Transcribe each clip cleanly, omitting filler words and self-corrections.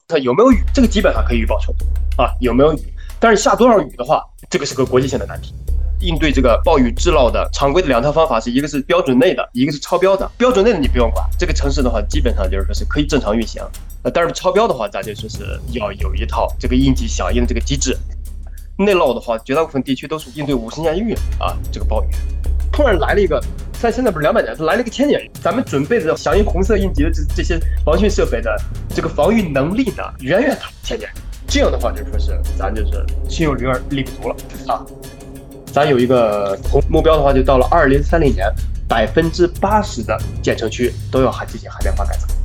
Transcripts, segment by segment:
它有没有雨，这个基本上可以预报出来有没有雨，但是下多少雨的话，这个是个国际性的难题。应对这个暴雨制涝的常规的2套方法是，一个是标准内的，一个是超标的。标准内的你不用管，这个城市的话基本上就是说是可以正常运行。但是超标的话，咱就说是要有一套这个应急响应的这个机制。内涝的话，绝大部分地区都是应对50年一遇这个暴雨。突然来了一个，现在不是200年，来了一个1000年雨，咱们准备的响应红色应急的这些防汛设备的这个防御能力呢，远远大1000年。这样的话，就说是咱就是心有余而力不足了咱有一个目标的话，就到了2030年，80%的建成区都要进行海绵化改造。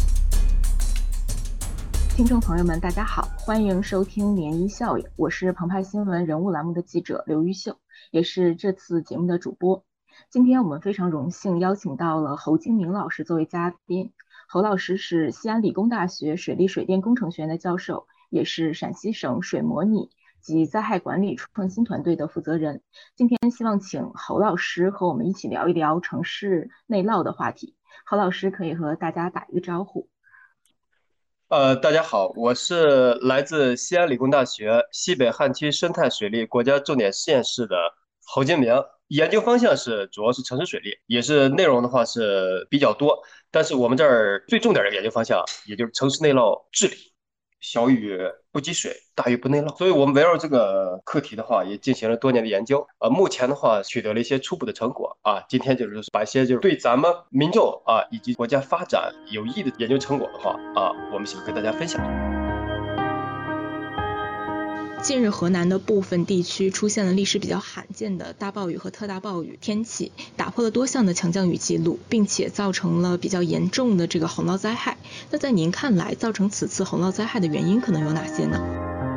听众朋友们，大家好，欢迎收听涟漪效应，我是澎湃新闻人物栏目的记者刘玉秀，也是这次节目的主播。今天我们非常荣幸邀请到了侯金明老师作为嘉宾。侯老师是西安理工大学水利水电工程学院的教授，也是陕西省水模拟及灾害管理创新团队的负责人。今天希望请侯老师和我们一起聊一聊城市内涝的话题。侯老师可以和大家打一个招呼。 大家好，我是来自西安理工大学西北旱区生态水利国家重点实验室的侯金明，研究方向主要是城市水利，也是内容的话是比较多，但是我们这儿最重点的研究方向也就是城市内涝治理，小雨不积水，大雨不内涝，所以我们围绕这个课题的话也进行了多年的研究，目前的话取得了一些初步的成果今天就是把一些就是对咱们民众以及国家发展有益的研究成果的话我们想跟大家分享。 近日，河南的部分地区出现了历史比较罕见的大暴雨和特大暴雨天气，打破了多项的强降雨记录，并且造成了比较严重的这个洪涝灾害。那在您看来，造成此次洪涝灾害的原因可能有哪些呢？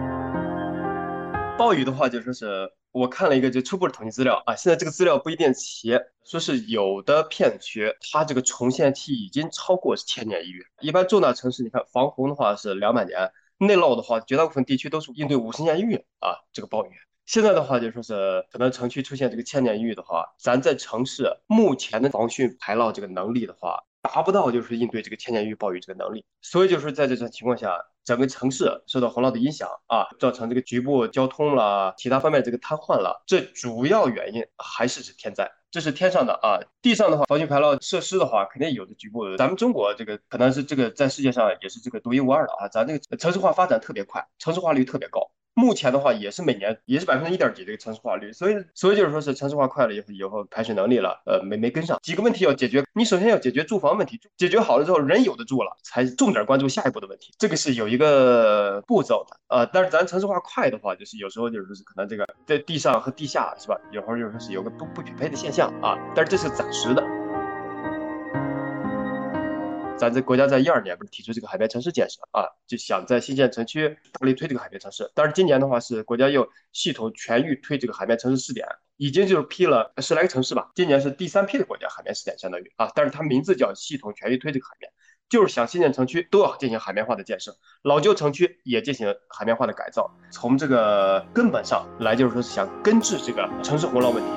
暴雨的话，就说是我看了一个就初步的统计资料现在这个资料不一定齐，说是有的片区它这个重现期已经超过1000年一遇。一般重大城市，你看防洪的话是200年。内涝的话，绝大部分地区都是应对50年一遇这个暴雨。现在的话，就说是可能城区出现这个1000年一遇的话，咱在城市目前的防汛排涝这个能力的话，达不到就是应对这个1000年一遇暴雨这个能力。所以就是在这种情况下，整个城市受到洪涝的影响造成这个局部交通啦、其他方面这个瘫痪了，这主要原因还是指天灾。这是天上的地上的话，防汛排涝设施的话，肯定有的局部。咱们中国这个可能是这个在世界上也是这个独一无二的咱这个城市化发展特别快，城市化率特别高。目前的话也是每年也是1%几这个城市化率，所以就是说是城市化快了以后排水能力了没跟上，几个问题要解决。你首先要解决住房问题，解决好了之后人有的住了，才重点关注下一步的问题，这个是有一个步骤的但是咱城市化快的话，就是有时候就是可能这个在地上和地下是吧，有时候就是说是有个不匹配的现象但是这是暂时的。咱这国家在12年不是提出这个海绵城市建设就想在新建城区大力推这个海绵城市。但是今年的话是国家又系统全域推这个海绵城市试点，已经就是批了10来个城市吧，今年是第3批的国家海绵试点，相当于但是它名字叫系统全域推这个海绵，就是想新建城区都要进行海绵化的建设，老旧城区也进行海绵化的改造，从这个根本上来就是说是想根治这个城市洪涝问题。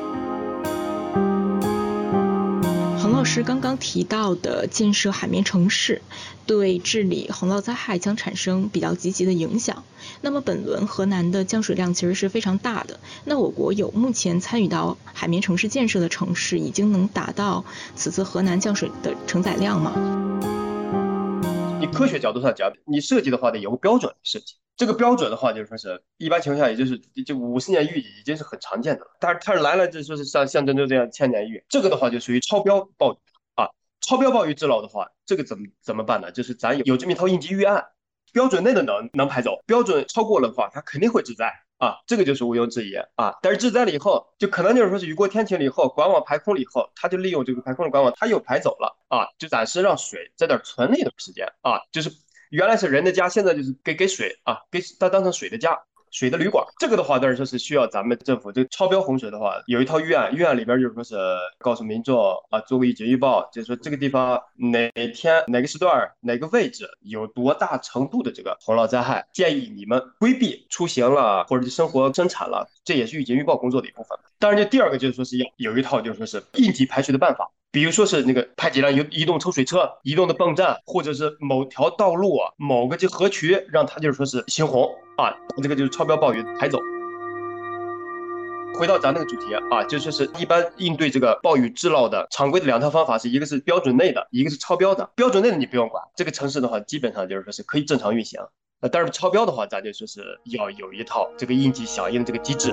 洪老师刚刚提到的建设海绵城市，对治理洪涝灾害将产生比较积极的影响。那么本轮河南的降水量其实是非常大的，那我国有目前参与到海绵城市建设的城市，已经能达到此次河南降水的承载量吗？ 你科学角度上讲，你设计的话得有个标准设计。这个标准的话，就是说是一般情况下，也就是50年一遇已经是很常见的了。但是它来了，就说是像郑州这样1000年一遇，这个的话就属于超标暴雨超标暴雨制涝的话，这个怎么办呢？就是咱有这么一套应急预案，标准内的能排走，标准超过了的话，它肯定会致灾这个就是毋庸置疑但是致灾了以后，就可能就是说是雨过天晴了以后，管网排空了以后，它就利用这个排空的管网，它又排走了就暂时让水在那存了一段时间就是原来是人的家，现在就是给水给它当成水的家。水的旅馆，这个的话当然就是需要咱们政府这个超标洪水的话，有一套预案，预案里边就是说是告诉民众做个预警预报，就是说这个地方哪天哪个时段哪个位置有多大程度的这个洪涝灾害，建议你们规避出行了或者生活生产了，这也是预警预报工作的一部分。当然，这第二个就是说是要有一套就是说是应急排水的办法。 比如说是那个排挤量移动抽水车、移动的泵站，或者是某条道路啊、某个河渠，让它就是说是猩红啊，这个就是超标暴雨排走。回到咱那个主题啊，就说是一般应对这个暴雨治涝的常规的2套方法是一个是标准内的，一个是超标的。标准内的你不用管，这个城市的话基本上就是说是可以正常运行。但是超标的话，咱就说是要有一套这个应急响应的这个机制。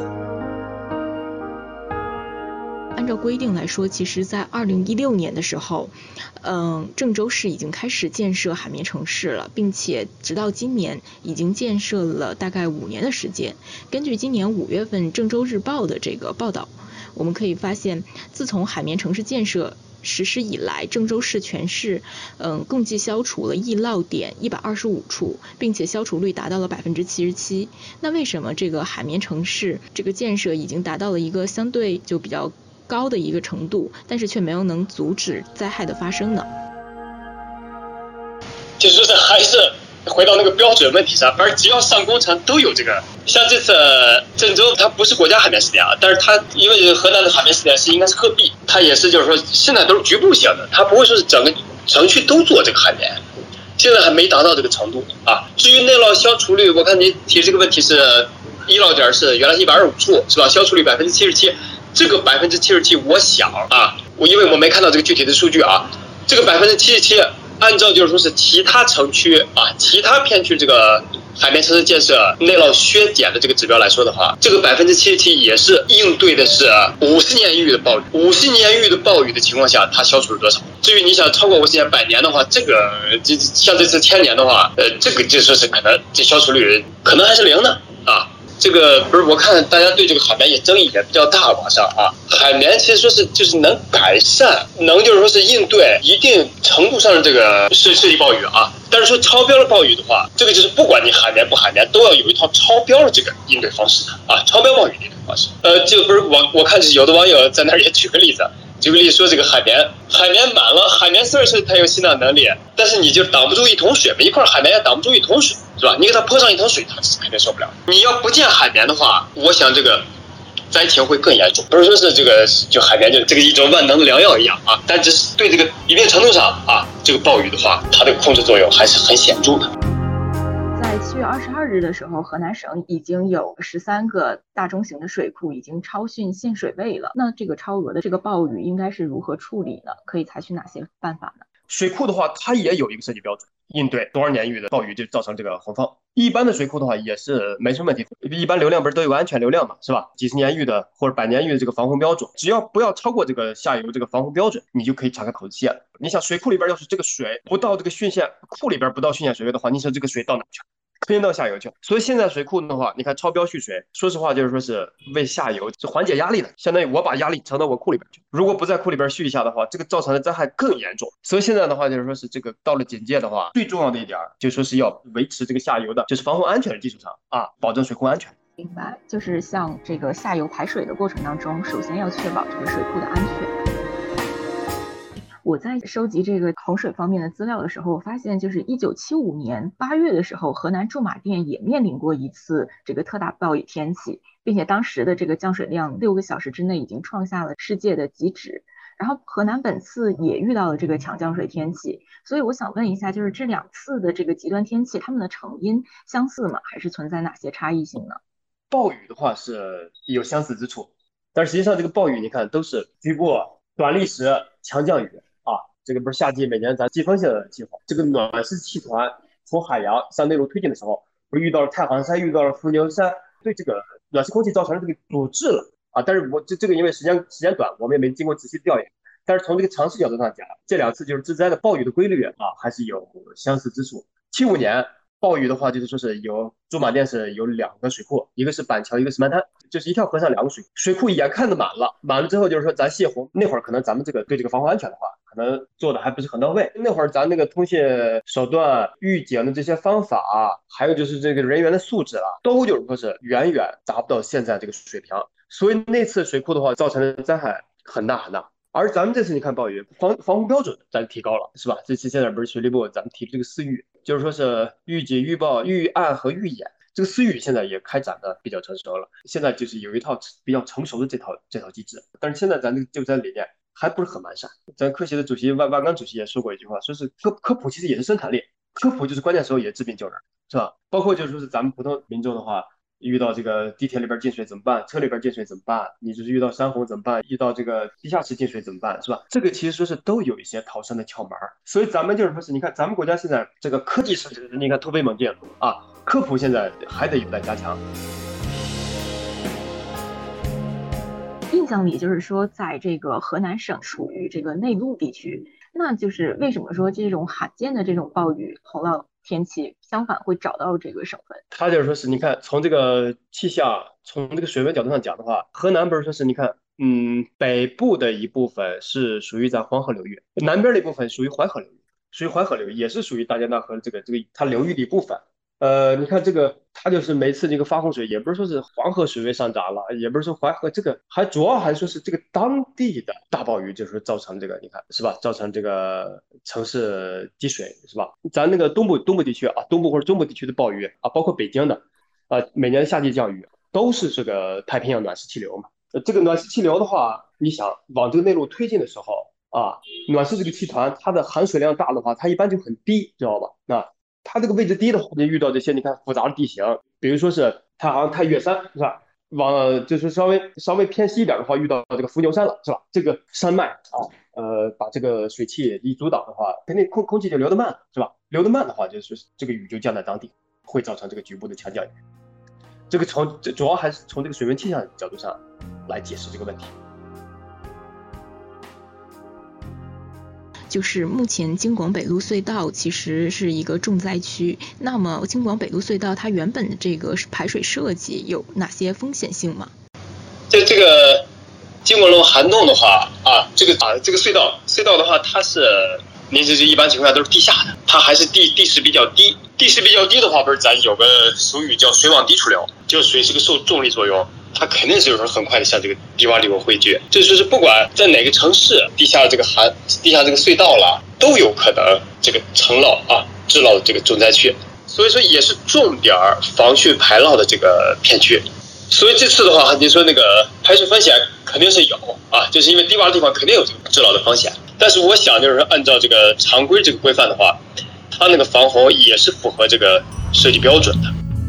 按照规定来说，其实在2016年的时候，郑州市已经开始建设海绵城市了，并且直到今年已经建设了大概5年的时间。根据今年5月份郑州日报的这个报道，我们可以发现，自从海绵城市建设实施以来，郑州市全市共计消除了易涝点125处，并且消除率达到了77%。那为什么这个海绵城市这个建设已经达到了一个相对就比较高的一个程度，但是却没有能阻止灾害的发生呢？ 就是说还是回到那个标准问题上，而只要上工程都有这个。像这次郑州它不是国家海绵试点啊，但是它因为河南的海绵试点是应该是鹤壁，它也是就是说现在都是局部性的，它不会说是整个城区都做这个海绵，现在还没达到这个程度啊。至于内涝消除率，我看你提这个问题是易涝点是原来125处是吧？消除率77%，这个77%，我想啊，因为我没看到这个具体的数据啊，这个77%。按照就是说是其他城区啊、其他片区这个海绵城市建设内涝削减的这个指标来说的话，这个77%也是应对的是50年一遇的暴雨。50年一遇的暴雨的情况下，它消除了多少？至于你想超过50年、100年的话，这个像这次1000年的话，这个就说是可能这消除率可能还是0呢啊。这个不是，我看大家对这个海绵也争议也比较大，网上啊，海绵其实说是就是能改善，能就是说是应对一定程度上的这个湿地暴雨啊。但是说超标的暴雨的话，这个就是不管你海绵不海绵，都要有一套超标的这个应对方式的啊，超标暴雨的应对方式。这个不是我看是有的网友在那儿也举个例子。举个例子说，这个海绵满了，海绵虽然是它有吸纳能力，但是你就挡不住一桶水，一块海绵也挡不住一桶水，是吧？你给它泼上一桶水，它是肯定受不了。你要不建海绵的话，我想这个灾情会更严重。不是说是这个就海绵就这个一种万能的良药一样啊，但只是对这个一定程度上啊，这个暴雨的话，它的控制作用还是很显著的。 在7月22日的时候，河南省已经有13个大中型的水库已经超汛限水位了。那这个超额的这个暴雨应该是如何处理呢？可以采取哪些办法呢？ 水库的话，它也有一个设计标准，应对多少年一遇的暴雨就造成这个洪涝。一般的水库的话也是没什么问题，一般流量不是都有个安全流量嘛，是吧？几十年一遇的或者100年一遇的这个防洪标准，只要不要超过这个下游这个防洪标准，你就可以敞开口子泄。你想水库里边要是这个水不到这个汛限，库里边不到汛限水位的话，你说这个水到哪去？肯定到下游去。所以现在水库的话，你看超标蓄水，说实话就是说是为下游是缓解压力的，相当于我把压力承到我库里边去。如果不在库里边蓄一下的话，这个造成的灾害更严重。所以现在的话就是说是这个到了警戒的话，最重要的一点就说是要维持这个下游的，就是防洪安全的基础上啊，保证水库安全。 明白，就是像这个下游排水的过程当中，首先要确保这个水库的安全。我在收集这个洪水方面的资料的时候，我发现就是1975年8月的时候，河南驻马店也面临过一次这个特大暴雨天气，并且当时的这个降水量6个小时之内已经创下了世界的极值。然后河南本次也遇到了这个强降水天气，所以我想问一下，就是这2次的这个极端天气，它们的成因相似吗？还是存在哪些差异性呢？ 暴雨的话是有相似之处，但是实际上这个暴雨你看都是局部短历时强降雨。这个不是夏季每年咱季风性的气候，这个暖湿气团从海洋向内陆推进的时候，不是遇到了太行山，遇到了伏牛山，对这个暖湿空气造成了这个阻滞了啊。但是我这个因为时间短，我们也没经过仔细调研。但是从这个常识角度上讲，这2次就是致灾的暴雨的规律还是有相似之处。75年暴雨的话，就是说是有驻马店是有2个水库，一个是板桥，一个是蛮滩，就是一条河上2个水库，眼看着满了之后，就是说咱泄洪那会儿，可能咱们这个对这个防洪安全的话，可能做的还不是很到位。那会儿咱那个通信手段、预警的这些方法，还有就是这个人员的素质都就是说是远远达不到现在这个水平。所以那次水库的话，造成的灾害很大很大。而咱们这次你看暴雨防洪标准咱提高了，是吧？这次现在不是水利部咱们提这个4预，就是说是预警、预报、预案和预演。这个4预现在也开展的比较成熟了，现在就是有一套比较成熟的这套机制。但是现在咱就在里面还不是很完善。咱科协的主席万钢主席也说过一句话，说是科普其实也是生产力，科普就是关键时候也治病救人，是吧？包括就是说是咱们普通民众的话，遇到这个地铁里边进水怎么办？车里边进水怎么办？你就是遇到山洪怎么办？遇到这个地下室进水怎么办？是吧？这个其实说是都有一些逃生的窍门。所以咱们就是说是，你看咱们国家现在这个科技是你看突飞猛进啊，科普现在还得有待加强。 印象里就是说，在这个河南省属于这个内陆地区，那就是为什么说这种罕见的这种暴雨洪涝天气，相反会找到这个省份？ 它就是说是，你看从这个气象，从这个水文角度上讲的话，河南不是说是你看，北部的一部分是属于咱黄河流域，南边的一部分属于淮河流域，也是属于大江大河这个它流域的一部分。你看这个，它就是每次这个发洪水，也不是说是黄河水位上涨了，也不是说淮河这个，还主要还说是这个当地的大暴雨，就是造成这个，你看是吧？造成这个城市积水是吧？咱那个东部地区啊，东部或者中部地区的暴雨啊，包括北京的每年的夏季降雨都是这个太平洋暖湿气流嘛。这个暖湿气流的话，你想往这个内陆推进的时候啊，暖湿这个气团它的含水量大的话，它一般就很低，知道吧？它这个位置低的话，就遇到这些你看复杂的地形，比如说是它好像太岳山是吧？就是稍微偏西一点的话，遇到这个伏牛山了是吧？这个山脉把这个水汽一阻挡的话，肯定空气就流得慢了是吧？流得慢的话，就是这个雨就降在当地，会造成这个局部的强降雨。这个主要还是从这个水文气象角度上来解释这个问题。 就是目前京广北路隧道其实是一个重灾区，那么京广北路隧道它原本的这个排水设计有哪些风险性吗？ 这个京广路涵洞的话这个隧道的话，它是您这一般情况下都是地下的，它还是地势比较低。地势比较低的话，不是咱有个俗语叫水往低处流，就是水是个受重力作用，它肯定是有时候很快的向这个低洼里边汇聚。这就是不管在哪个城市，地下这个隧道了，都有可能这个承涝制涝的这个重灾区，所以说也是重点防汛排涝的这个片区。所以这次的话，你说那个排水风险肯定是有就是因为低洼的地方肯定有这个制涝的风险。但是我想就是说，按照这个常规这个规范的话，它那个防洪也是符合这个设计标准的。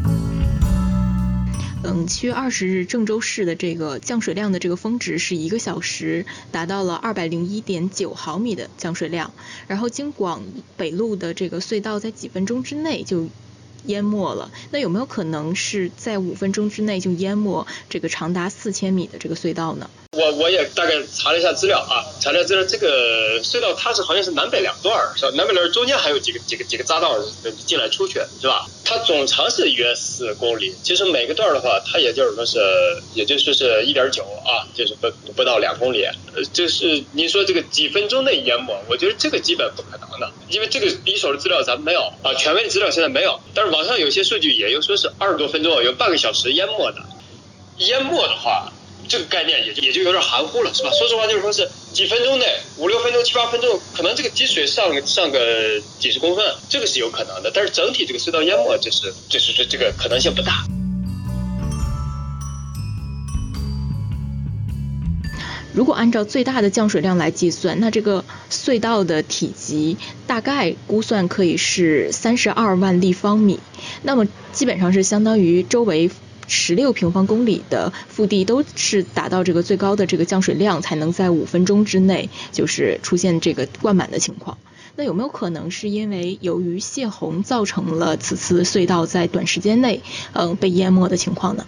7月20日，郑州市的这个降水量的这个峰值是1个小时达到了201.9毫米的降水量，然后京广北路的这个隧道在几分钟之内就淹没了，那有没有可能是在5分钟之内就淹没这个长达4000米的这个隧道呢？ 我也大概查了一下资料这个隧道它是好像是南北两段是吧？南北两段中间还有几个匝道进来出去是吧？它总长是约4公里，其实每个段的话，它也就是说是1.9就是不到2公里。就是您说这个几分钟内淹没，我觉得这个基本不可能的，因为这个第一手的资料咱们没有权威的资料现在没有，但是网上有些数据也有说是20多分钟，有半个小时淹没的。淹没的话，这个概念也就有点含糊了，是吧？说实话，就是说是几分钟内，5、6分钟、7、8分钟，可能这个积水上个几十公分，这个是有可能的。但是整体这个隧道淹没，这个可能性不大。 如果按照最大的降水量来计算，那这个隧道的体积大概估算可以是32万立方米，那么基本上是相当于周围16平方公里的腹地都是达到这个最高的这个降水量，才能在5分钟之内就是出现这个灌满的情况。那有没有可能是因为由于泄洪造成了此次隧道在短时间内被淹没的情况呢？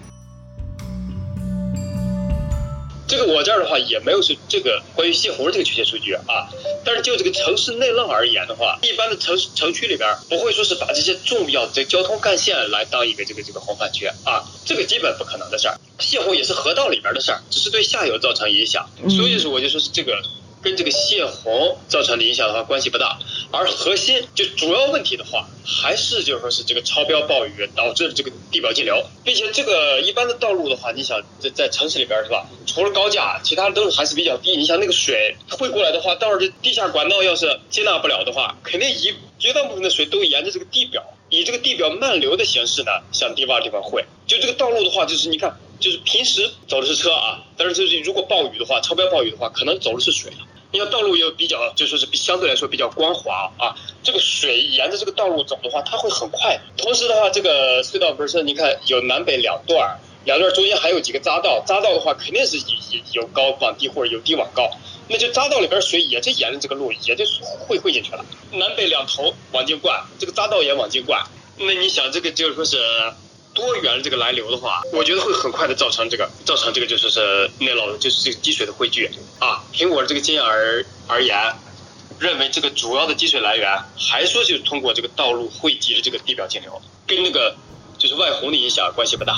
这个我这儿的话也没有是这个关于泄洪的这个确切数据但是就这个城市内涝而言的话，一般的城区里边不会说是把这些重要的交通干线来当一个这个洪泛区这个基本不可能的事儿。泄洪也是河道里边的事儿，只是对下游造成影响，所以我就说是这个跟这个泄洪造成的影响的话关系不大，而核心就主要问题的话，还是就是说是这个超标暴雨导致这个地表径流，并且这个一般的道路的话，你想在城市里边是吧？除了高架，其他的都还是比较低。你想那个水汇过来的话，到时候这地下管道要是接纳不了的话，肯定绝大部分的水都沿着这个地表，以这个地表漫流的形式呢，向低洼地方汇。就这个道路的话，就是你看就是平时走的是车啊，但是就是如果暴雨的话，超标暴雨的话，可能走的是水啊。你看道路又比较，就说是相对来说比较光滑啊，这个水沿着这个道路走的话，它会很快。同时的话，这个隧道本身你看有南北两段中间还有几个匝道，匝道的话肯定是有高往低或者有低往高，那就匝道里边水也就沿着这个路也就汇进去了，南北两头往进灌，这个匝道也往进灌。那你想这个就是说是多元这个来流的话，我觉得会很快的造成这个就是内涝，就是这个积水的汇聚啊。凭我这个经验而言，认为这个主要的积水来源还说就是通过这个道路汇集的这个地表径流，跟那个就是外洪的影响关系不大。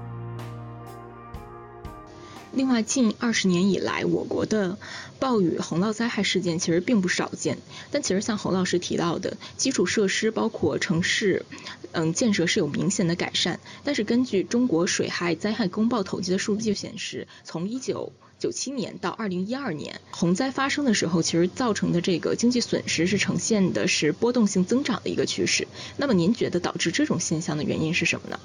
另外，近20年以来，我国的暴雨洪涝灾害事件其实并不少见。但其实像侯老师提到的，基础设施包括城市建设是有明显的改善。但是根据中国水害灾害公报统计的数据显示，从1997年到2012年，洪灾发生的时候，其实造成的这个经济损失是呈现的是波动性增长的一个趋势。那么您觉得导致这种现象的原因是什么呢？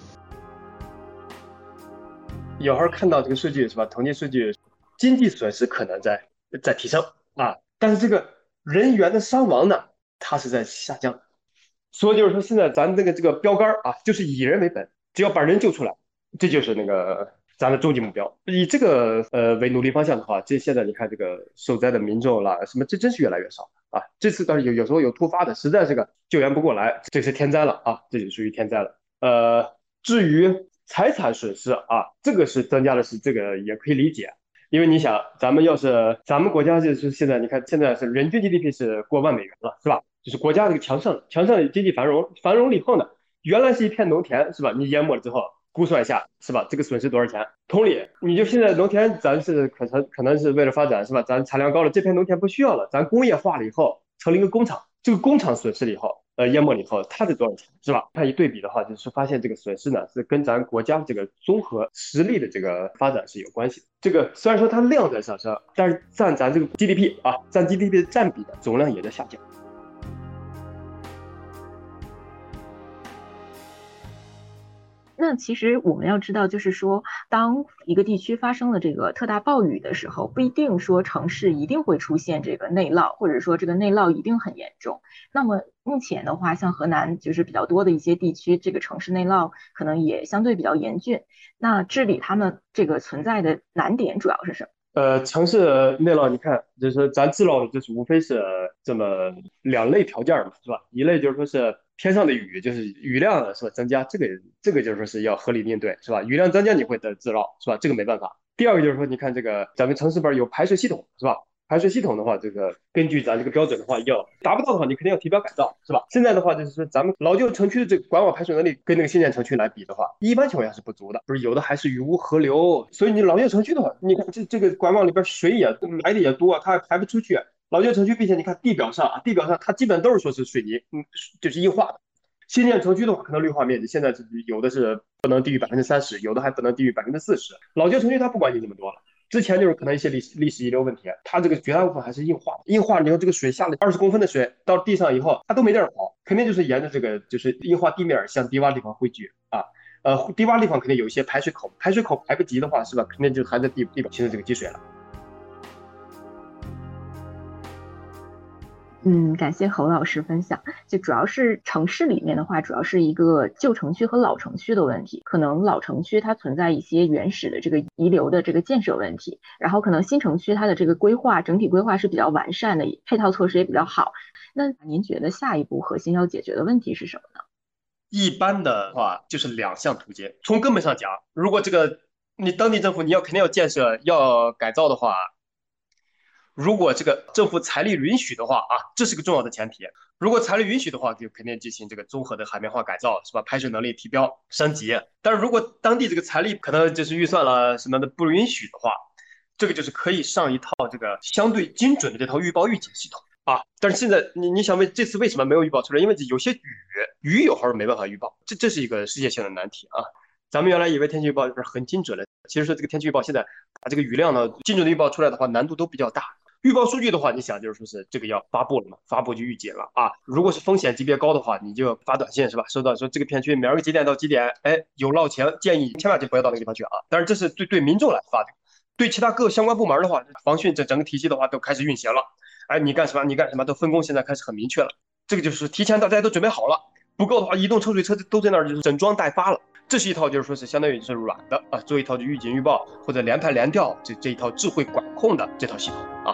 有时候看到这个数据是吧？统计数据，经济损失可能在提升啊，但是这个人员的伤亡呢，它是在下降。所以就是说，现在咱这个标杆啊，就是以人为本，只要把人救出来，这就是那个咱的终极目标。以这个为努力方向的话，这现在你看这个受灾的民众啦，什么这真是越来越少啊。这次倒是有时候有突发的，实在是个救援不过来，这是天灾了啊，这就属于天灾了。至于财产损失啊，这个是增加的是这个也可以理解，因为你想，咱们国家就是现在你看现在是人均 GDP 是过万美元了，是吧？就是国家这个强盛经济繁荣了以后呢，原来是一片农田是吧？你淹没了之后，估算一下是吧？这个损失多少钱？同理，你就现在农田咱是可能是为了发展是吧？咱产量高了，这片农田不需要了，咱工业化了以后成了一个工厂，这个工厂损失了以后。淹没了以后，它得多少钱，是吧？看一对比的话，就是发现这个损失呢是跟咱国家这个综合实力的这个发展是有关系的。这个虽然说它量在上升，但是占咱这个 GDP 啊，占 GDP 的占比的总量也在下降。 那其实我们要知道，就是说，当一个地区发生了这个特大暴雨的时候，不一定说城市一定会出现这个内涝，或者说这个内涝一定很严重。那么目前的话，像河南就是比较多的一些地区，这个城市内涝可能也相对比较严峻。那治理他们这个存在的难点主要是什么？ 城市内涝，你看，就是说咱治涝就是无非是这么两类条件嘛，是吧？一类就是说是天上的雨，就是雨量是吧增加，这个就是说是要合理应对，是吧？雨量增加你会得治涝，是吧？这个没办法。第二个就是说，你看这个咱们城市边有排水系统，是吧？排水系统的话，这个根据咱这个标准的话，要达不到的话，你肯定要提标改造，是吧？现在的话就是说，咱们老旧城区的这个管网排水能力跟那个新建城区来比的话，一般情况下是不足的，不是有的还是雨污河流，所以你老旧城区的话，你看这个管网里边水也来的也多，它还排不出去。老旧城区，并且你看地表上它基本都是说是水泥，就是硬化的。新建城区的话，可能绿化面积现在有的是不能低于30%，有的还不能低于40%。老旧城区它不管你那么多了。之前就是可能一些历史遗留问题，它这个绝大部分还是硬化，硬化以后这个水下了20公分的水到地上以后，它都没地儿跑，肯定就是沿着这个就是硬化地面向低洼地方汇聚啊。低洼地方肯定有一些排水口，排水口排不及的话，是吧？肯定就还在地表形成这个积水了。 感谢侯老师分享。就主要是城市里面的话，主要是一个旧城区和老城区的问题。可能老城区它存在一些原始的这个遗留的这个建设问题，然后可能新城区它的这个整体规划是比较完善的，配套措施也比较好。那您觉得下一步核心要解决的问题是什么呢？ 一般的话就是两项途径。从根本上讲，如果这个你当地政府你肯定要建设要改造的话。如果这个政府财力允许的话啊，这是个重要的前提。如果财力允许的话，就肯定进行这个综合的海绵化改造，是吧？排水能力提标升级。但是如果当地这个财力可能就是预算了什么的不允许的话，这个就是可以上一套这个相对精准的这套预报预警系统啊。但是现在你想问这次为什么没有预报出来？因为有些雨有时候没办法预报，这是一个世界性的难题啊。咱们原来以为天气预报是很精准的，其实说这个天气预报现在把这个雨量呢精准的预报出来的话，难度都比较大。 预报数据的话，你想就是说是这个要发布了嘛，发布就预警了啊。如果是风险级别高的话，你就发短信是吧？收到说这个片区明儿个几点到几点，哎，有涝情，建议千万就不要到那个地方去啊。当然这是对民众来发的，对其他各相关部门的话，防汛整个体系的话都开始运行了。哎，你干什么你干什么都分工现在开始很明确了，这个就是提前大家都准备好了。不够的话，移动抽水车都在那儿，就是整装待发了。这是一套就是说是相当于是软的啊，做一套就预警预报或者连排连调这一套智慧管控的这套系统啊。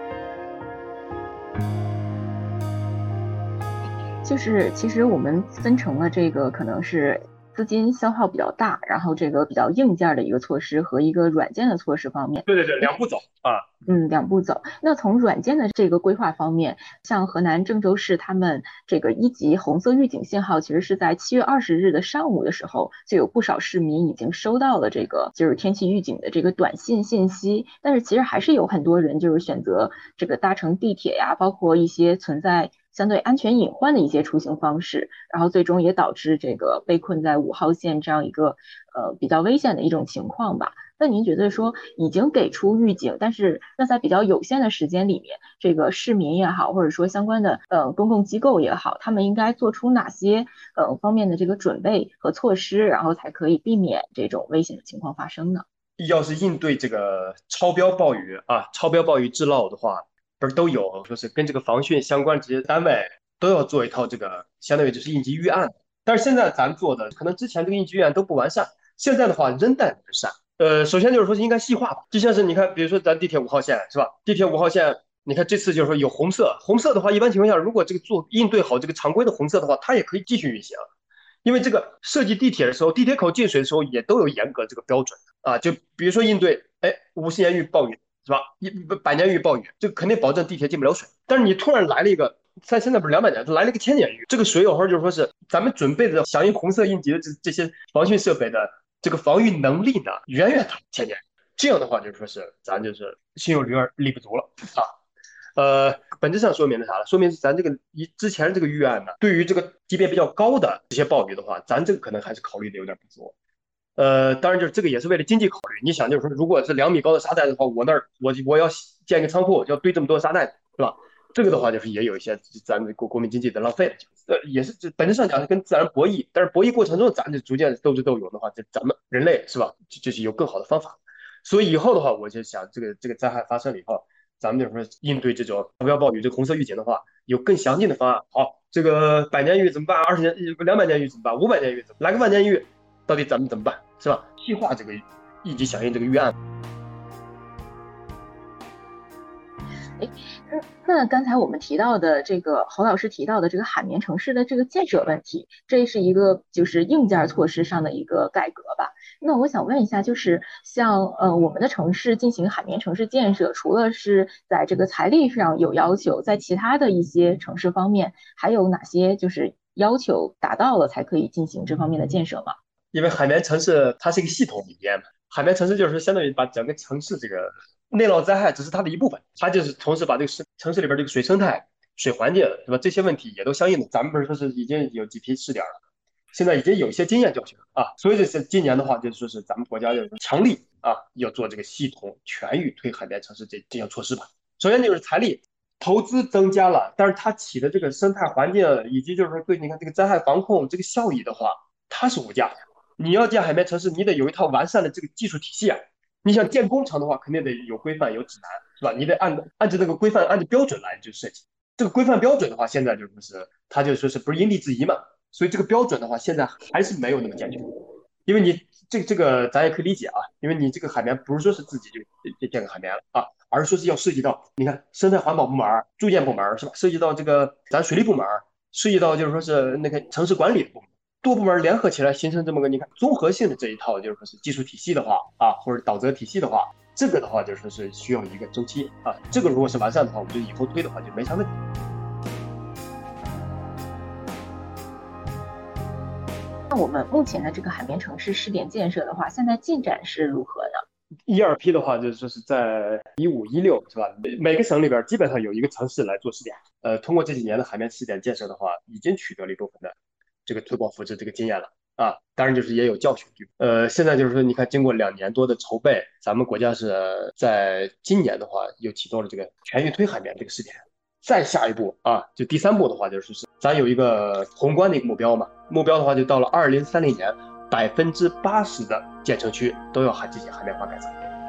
就是其实我们分成了这个可能是资金消耗比较大，然后这个比较硬件的一个措施和一个软件的措施方面。 对，两步走啊。 两步走。那从软件的这个规划方面，像河南郑州市他们这个1级红色预警信号，其实是在7月20日的上午的时候，就有不少市民已经收到了这个就是天气预警的这个短信信息。但是其实还是有很多人就是选择这个搭乘地铁呀，包括一些存在相对安全隐患的一些出行方式，然后最终也导致这个被困在5号线这样一个比较危险的一种情况吧。那您觉得说已经给出预警，但是那在比较有限的时间里面，这个市民也好，或者说相关的公共机构也好，他们应该做出哪些方面的这个准备和措施，然后才可以避免这种危险的情况发生呢？ 要是应对这个超标暴雨啊、超标暴雨治涝的话，不是都有说是跟这个防汛相关这些单位都要做一套这个相当于就是应急预案。但是现在咱做的可能之前这个应急预案都不完善，现在的话仍待完善。首先就是说是应该细化吧，就像是你看，比如说咱地铁5号线是吧？地铁5号线，你看这次就是说有红色，红色的话，一般情况下，如果这个应对好这个常规的红色的话，它也可以继续运行。因为这个设计地铁的时候，地铁口进水的时候也都有严格这个标准啊。就比如说应对50年一遇暴雨是吧，100年一遇暴雨，就肯定保证地铁进不了水。但是你突然来了一个，现在不是200年，来了一个1000年一遇，这个水有时候就是说是咱们准备的响应红色应急的这些防汛设备的这个防御能力呢，远远大于1000年。这样的话就是说是咱就是心有余而力不足了啊。本质上说明了啥了？说明是咱这个之前这个预案呢，对于这个级别比较高的这些暴雨的话，咱这个可能还是考虑的有点不足。当然就是这个也是为了经济考虑。你想就是说，如果是2米高的沙袋的话，我要建一个仓库，要堆这么多沙袋，是吧？这个的话就是也有一些咱们国民经济的浪费了，也是这本质上讲是跟自然博弈，但是博弈过程中咱就逐渐斗智斗勇的话，咱们人类是吧，就是有更好的方法。所以以后的话，我就想这个灾害发生了以后，咱们就是说应对这种超标暴雨这个红色预警的话，有更详尽的方案。好，这个100年一遇怎么办？20年、200年一遇怎么办？500年一遇怎么办？来个10000年一遇，到底咱们怎么办？是吧？细化这个应急响应这个预案。 那刚才我们提到的这个侯老师提到的这个海绵城市的这个建设问题，这是一个就是硬件措施上的一个改革吧。那我想问一下，就是像我们的城市进行海绵城市建设，除了是在这个财力上有要求，在其他的一些城市方面，还有哪些就是要求达到了才可以进行这方面的建设吗？ 因为海绵城市它是一个系统理念嘛，海绵城市就是相当于把整个城市这个内涝灾害只是它的一部分，它就是同时把这个城市里边这个水生态、水环境，对吧？这些问题也都相应的。咱们不是说是已经有几批试点了，现在已经有一些经验教训啊，所以这是今年的话，就是说是咱们国家要强力啊，要做这个系统全域推海绵城市这项措施吧。首先就是财力投资增加了，但是它起的这个生态环境以及就是说对你看这个灾害防控这个效益的话，它是无价的。你要建海绵城市，你得有一套完善的这个技术体系啊。你想建工程的话，肯定得有规范、有指南，是吧？你得按照那个规范、按照标准来就设计。这个规范标准的话，现在就是说是它就说是不是因地制宜嘛？所以这个标准的话，现在还是没有那么健全。因为你这个咱也可以理解啊，因为你这个海绵不是说是自己就建个海绵了啊，而是说是要涉及到你看生态环保部门、住建部门是吧？涉及到这个咱水利部门，涉及到就是说是那个城市管理的部门。多部门联合起来形成这么个你看综合性的这一套，就是说是技术体系的话啊，或者导责体系的话，这个的话就说是需要一个周期啊。这个如果是完善的话，我们就以后推的话就没啥问题。 那我们目前的这个海绵城市试点建设的话，现在进展是如何呢 ？1、2批的话，就是说是在15、16是吧？每个省里边基本上有一个城市来做试点。通过这几年的海绵试点建设的话，已经取得了一部分的这个推广复制这个经验了。 啊，当然就是也有教训。现在就是说，你看，经过2年多的筹备，咱们国家是在今年的话，又启动了这个全运推海绵这个试点。再下一步啊，就第3步的话，就是咱有一个宏观的一个目标嘛，目标的话就到了2030年，80%的建成区都要进行海绵化改造。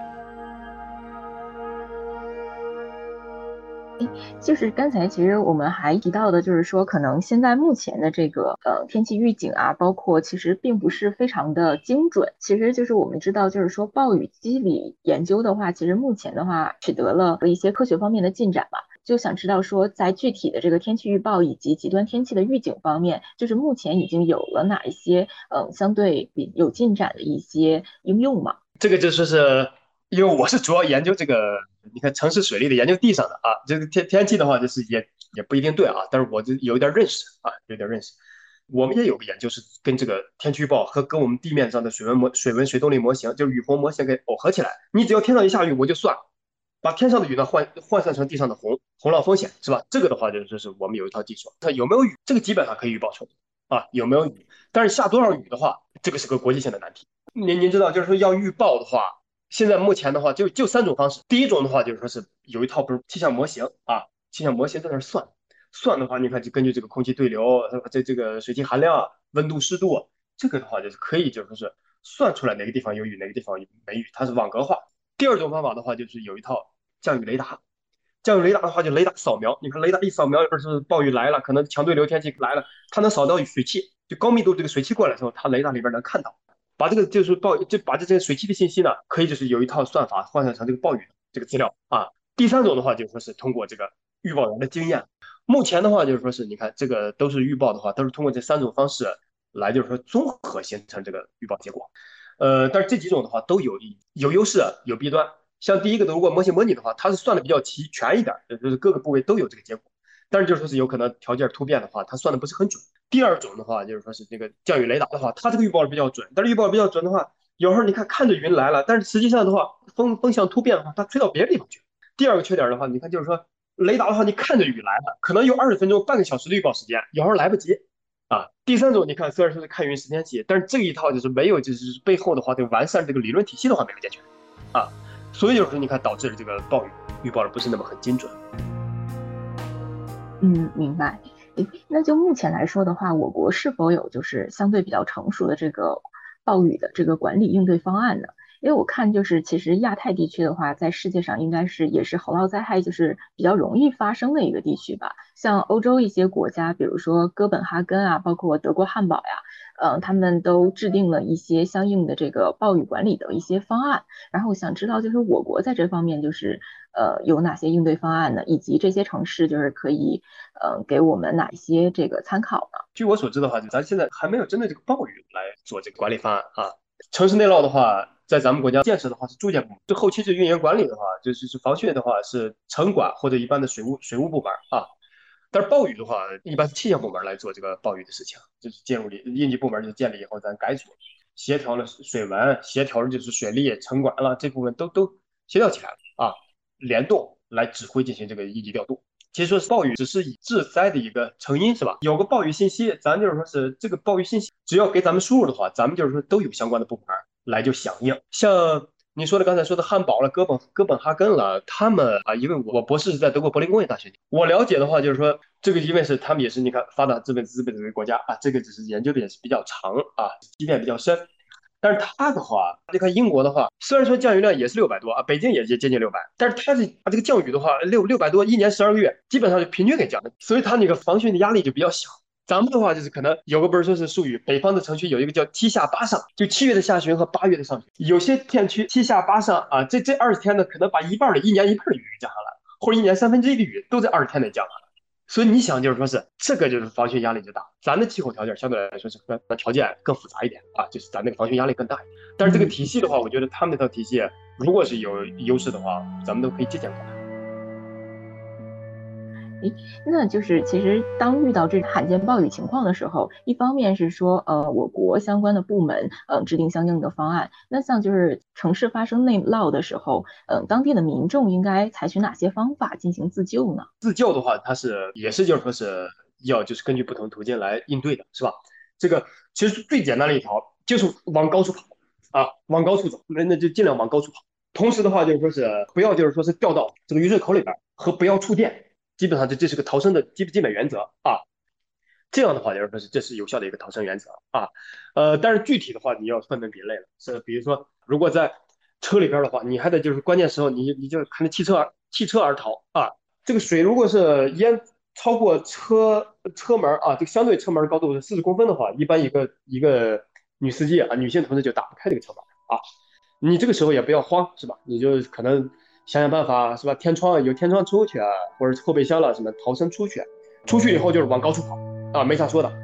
就是刚才其实我们还提到的，就是说可能现在目前的这个天气预警啊，包括其实并不是非常的精准。其实就是我们知道，就是说暴雨机理研究的话，其实目前的话取得了一些科学方面的进展嘛。就想知道说，在具体的这个天气预报以及极端天气的预警方面，就是目前已经有了哪一些相对有进展的一些应用嘛？ 这个就是因为我是主要研究这个，你看城市水利的研究地上的啊，这个天气的话，就是也不一定对啊，但是我就有一点认识啊，有点认识。我们也有个研究是跟这个天气预报和跟我们地面上的水动力模型，就是雨虹模型给耦合起来。你只要天上一下雨，我就算把天上的雨呢换算成地上的洪涝风险，是吧？这个的话就是我们有一套技术，它有没有雨，这个基本上可以预报出来啊，有没有雨，但是下多少雨的话，这个是个国际性的难题。您知道，就是说要预报的话，现在目前的话就3种方式。第一种的话就是说是有一套不是气象模型啊，气象模型在那算的话，你看就根据这个空气对流、这个水汽含量、温度、湿度，这个的话就是可以就是说是算出来哪个地方有雨，哪个地方没雨，它是网格化。第二种方法的话就是有一套降雨雷达，降雨雷达的话就雷达扫描，你看雷达一扫描，是暴雨来了，可能强对流天气来了，它能扫到水汽，就高密度这个水汽过来的时候，它雷达里边能看到。把这个就是把这些水汽的信息呢，可以就是有一套算法换算成这个暴雨这个资料啊。第三种的话就是说是通过这个预报员的经验，目前的话就是说是你看这个都是预报的话，都是通过这3种方式来就是说综合形成这个预报结果。但是这几种的话都有优势有弊端。像第一个的，如果模型模拟的话，它是算的比较全一点，就是各个部位都有这个结果。但是就是说是有可能条件突变的话，它算的不是很准。第二种的话，就是说是这个降雨雷达的话，它这个预报比较准，但是预报比较准的话，有时候你看着云来了，但是实际上的话，风向突变的话，它吹到别的地方去。第二个缺点的话，你看就是说雷达的话，你看着雨来了，可能有20分钟、半个小时的预报时间，有时候来不及啊。第三种，你看虽然说是看云识天气，但是这一套就是没有就是背后的话，就完善这个理论体系的话没有解决啊，所以就是说你看导致了这个暴雨预报的不是那么很精准。 明白。那就目前来说的话，我国是否有就是相对比较成熟的这个暴雨的这个管理应对方案呢？因为我看就是其实亚太地区的话，在世界上应该也是洪涝灾害就是比较容易发生的一个地区吧。像欧洲一些国家，比如说哥本哈根啊，包括德国汉堡呀，他们都制定了一些相应的这个暴雨管理的一些方案。然后我想知道，就是我国在这方面就是有哪些应对方案呢？以及这些城市就是可以给我们哪一些这个参考呢？ 据我所知的话，咱现在还没有针对这个暴雨来做这个管理方案啊。城市内涝的话，在咱们国家建设的话是住建部门，就后期是运营管理的话，就是防汛的话是城管或者一般的水务部门啊。但是暴雨的话，一般是气象部门来做这个暴雨的事情，就是建立应急部门就建立以后，咱改组协调了水文，协调了就是水利、城管了这部分都协调起来了啊，联动来指挥进行这个应急调度。其实说暴雨只是以致灾的一个成因，是吧？有个暴雨信息，咱就是说是这个暴雨信息，只要给咱们输入的话，咱们就是说都有相关的部门来就响应。像你说的刚才说的汉堡了、哥本哈根了，他们啊，因为我博士是在德国柏林工业大学，我了解的话就是说，这个因为是他们也是你看发达资本的这个国家啊，这个只是研究的也是比较长啊，积淀比较深。但是它的话，你看英国的话，虽然说降雨量也是600多啊，北京也接近600，但是它这个降雨的话，600多，一年12个月，基本上就平均给降的，所以它那个防汛的压力就比较小。咱们的话就是可能有个不是说是术语，北方的城区有一个叫7下8上，就7月的下旬和8月的上旬，有些片区7下8上啊，这20天呢，可能把一年一半的雨降下来，或者一年1/3的雨都在20天内降下来。所以你想，就是说是这个就是防汛压力就大，咱的气候条件相对来说是条件更复杂一点啊，就是咱那个防汛压力更大一点。但是这个体系的话，我觉得他们那套体系如果是有优势的话，咱们都可以借鉴过来。 那就是其实当遇到这罕见暴雨情况的时候，一方面是说我国相关的部门制定相应的方案，那像就是城市发生内涝的时候，当地的民众应该采取哪些方法进行自救呢？ 自救的话，它也是就是说是要就是根据不同途径来应对的，是吧？ 这个其实最简单的一条就是往高处跑啊，往高处走，那就尽量往高处跑。同时的话，就是说是不要就是说是掉到这个雨水口里边，和不要触电，基本上这是个逃生的基本原则啊。这样的话，就是说是这是有效的一个逃生原则啊。但是具体的话，你要分门别类了，是比如说，如果在车里边的话，你还得就是关键时候你就看着弃车而逃啊。这个水如果是淹超过车门啊，这个相对车门高度是40公分的话，一般一个女司机啊，女性同志就打不开这个车门啊。你这个时候也不要慌，是吧？你就可能想想办法，是吧？有天窗出去啊，或者后备箱了什么逃生出去，出去以后就是往高处跑啊，没啥说的。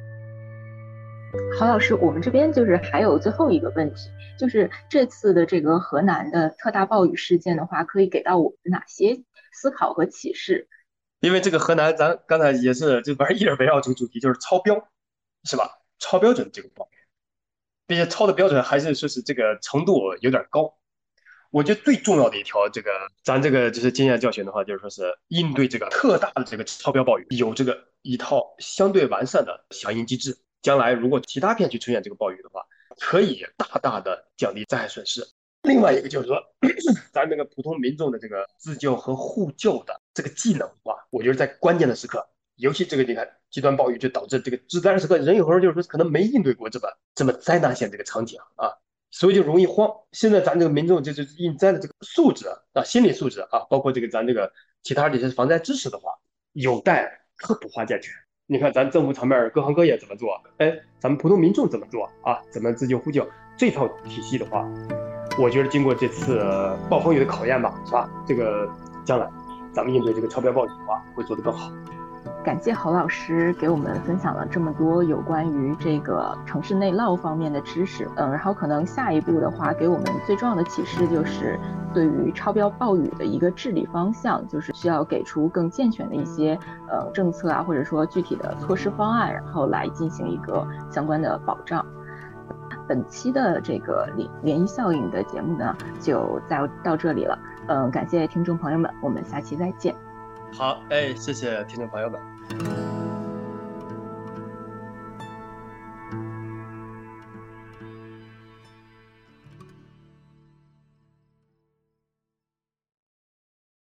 郝老师，我们这边就是还有最后一个问题，就是这次的这个河南的特大暴雨事件的话，可以给到我们哪些思考和启示？ 因为这个河南，咱刚才也是就反正一直围绕这个主题，就是超标，是吧？超标准这个暴雨，并且超的标准还是说是这个程度有点高。我觉得最重要的一条，咱这个就是经验教训的话，就是说是应对这个特大的这个超标暴雨，有这个一套相对完善的响应机制。将来如果其他片区出现这个暴雨的话，可以大大的降低灾害损失。另外一个就是说，咱那个普通民众的这个自救和互救的这个技能啊，我觉得在关键的时刻，尤其这个你看极端暴雨就导致这个致灾的时刻，人有时候就是说可能没应对过这么灾难性这个场景啊，所以就容易慌。现在咱这个民众就是应灾的这个素质啊，心理素质啊，包括这个咱这个其他这些防灾知识的话，有待科普化健全。你看咱政府层面各行各业怎么做，咱们普通民众怎么做啊？怎么自救互救这套体系的话，我觉得经过这次暴风雨的考验吧，是吧？这个将来咱们应对这个超标暴雨的话，会做得更好。 感谢郝老师给我们分享了这么多有关于这个城市内涝方面的知识。然后可能下一步的话，给我们最重要的启示就是对于超标暴雨的一个治理方向，就是需要给出更健全的一些政策啊，或者说具体的措施方案，然后来进行一个相关的保障。本期的这个涟漪效应的节目呢，就到这里了。感谢听众朋友们，我们下期再见。 好，谢谢听众朋友们。